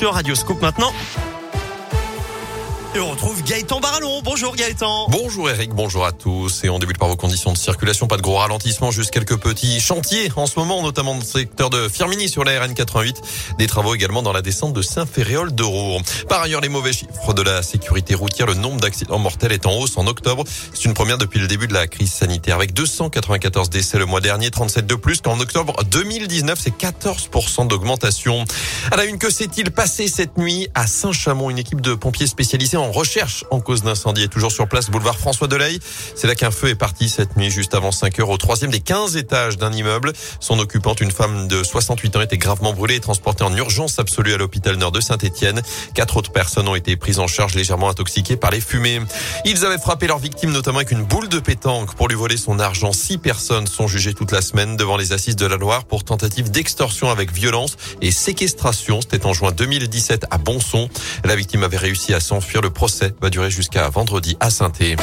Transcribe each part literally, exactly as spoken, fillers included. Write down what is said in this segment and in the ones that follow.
sur Radioscoop maintenant. Et on retrouve Gaëtan Barallon. Bonjour Gaëtan. Bonjour Eric, bonjour à tous. Et on débute par vos conditions de circulation. Pas de gros ralentissements, juste quelques petits chantiers en ce moment, notamment dans le secteur de Firminy sur la R N quatre-vingt-huit. Des travaux également dans la descente de Saint-Ferréol-d'Euroux. Par ailleurs, les mauvais chiffres de la sécurité routière. Le nombre d'accidents mortels est en hausse en octobre. C'est une première depuis le début de la crise sanitaire avec deux cent quatre-vingt-quatorze décès le mois dernier, trente-sept de plus qu'en octobre deux mille dix-neuf. C'est quatorze pour cent d'augmentation. À la une, que s'est-il passé cette nuit à Saint-Chamond? Une équipe de pompiers spécialisés en recherche en cause d'incendie est toujours sur place, boulevard François Deleille. C'est là qu'un feu est parti cette nuit, juste avant cinq heures, au troisième des quinze étages d'un immeuble. Son occupante, une femme de soixante-huit ans, était gravement brûlée et transportée en urgence absolue à l'hôpital nord de Saint-Étienne. Quatre autres personnes ont été prises en charge, légèrement intoxiquées par les fumées. Ils avaient frappé leur victime, notamment avec une boule de pétanque, pour lui voler son argent. Six personnes sont jugées toute la semaine devant les assises de la Loire pour tentative d'extorsion avec violence et séquestration. C'était en juin deux mille dix-sept à Bonson. La victime avait réussi à s'enfuir. Le procès va durer jusqu'à vendredi à Saint-Étienne.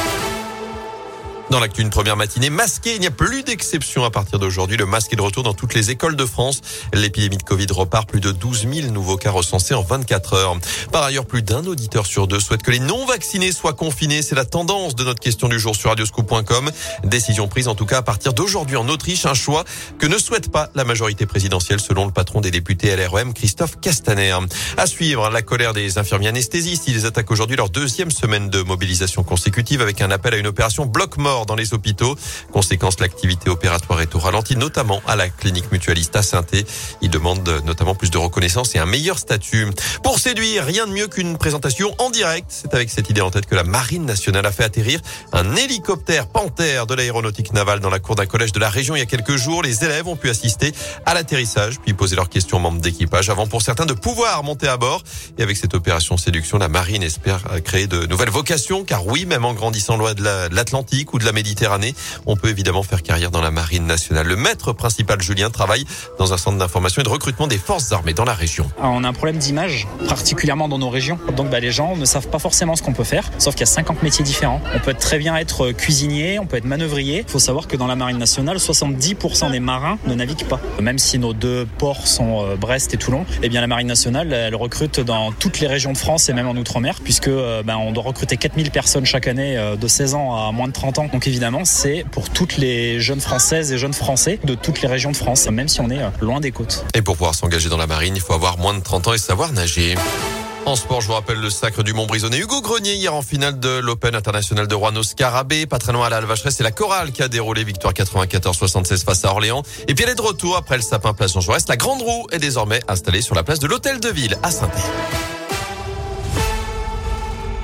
Dans l'actu, une première matinée masquée. Il n'y a plus d'exception à partir d'aujourd'hui. Le masque est de retour dans toutes les écoles de France. L'épidémie de Covid repart. Plus de douze mille nouveaux cas recensés en vingt-quatre heures. Par ailleurs, plus d'un auditeur sur deux souhaite que les non-vaccinés soient confinés. C'est la tendance de notre question du jour sur radioscoop point com. Décision prise en tout cas à partir d'aujourd'hui en Autriche. Un choix que ne souhaite pas la majorité présidentielle selon le patron des députés L R E M, Christophe Castaner. À suivre, la colère des infirmiers anesthésistes. Ils attaquent aujourd'hui leur deuxième semaine de mobilisation consécutive avec un appel à une opération bloc-mort dans les hôpitaux. Conséquence, l'activité opératoire est au ralenti, notamment à la clinique mutualiste à Saint-Étienne. Ils demandent notamment plus de reconnaissance et un meilleur statut. Pour séduire, rien de mieux qu'une présentation en direct. C'est avec cette idée en tête que la Marine nationale a fait atterrir un hélicoptère Panthère de l'aéronautique navale dans la cour d'un collège de la région il y a quelques jours. Les élèves ont pu assister à l'atterrissage, puis poser leurs questions aux membres d'équipage avant pour certains de pouvoir monter à bord. Et avec cette opération séduction, la Marine espère créer de nouvelles vocations, car oui, même en grandissant loin de l'Atlantique ou de la Méditerranée, on peut évidemment faire carrière dans la Marine nationale. Le maître principal, Julien, travaille dans un centre d'information et de recrutement des forces armées dans la région. On a un problème d'image, particulièrement dans nos régions. Donc bah, les gens ne savent pas forcément ce qu'on peut faire, sauf qu'il y a cinquante métiers différents. On peut très bien être cuisinier, on peut être manœuvrier. Il faut savoir que dans la Marine nationale, soixante-dix pour cent des marins ne naviguent pas. Même si nos deux ports sont Brest et Toulon, eh bien la Marine nationale, elle recrute dans toutes les régions de France et même en Outre-mer, puisque bah, on doit recruter quatre mille personnes chaque année de seize ans à moins de trente ans. Donc évidemment, c'est pour toutes les jeunes Françaises et jeunes Français de toutes les régions de France, même si on est loin des côtes. Et pour pouvoir s'engager dans la marine, il faut avoir moins de trente ans et savoir nager. En sport, je vous rappelle le sacre du Montbrisonnais Hugo Grenier hier en finale de l'Open international de Rouen au Scarabée. Pas très loin à la Alvacheresse, c'est la chorale qui a déroulé, victoire quatre-vingt-quatorze soixante-seize face à Orléans. Et puis elle est de retour après le sapin place Jean Jaurès. La grande roue est désormais installée sur la place de l'Hôtel de Ville à Saint-Étienne.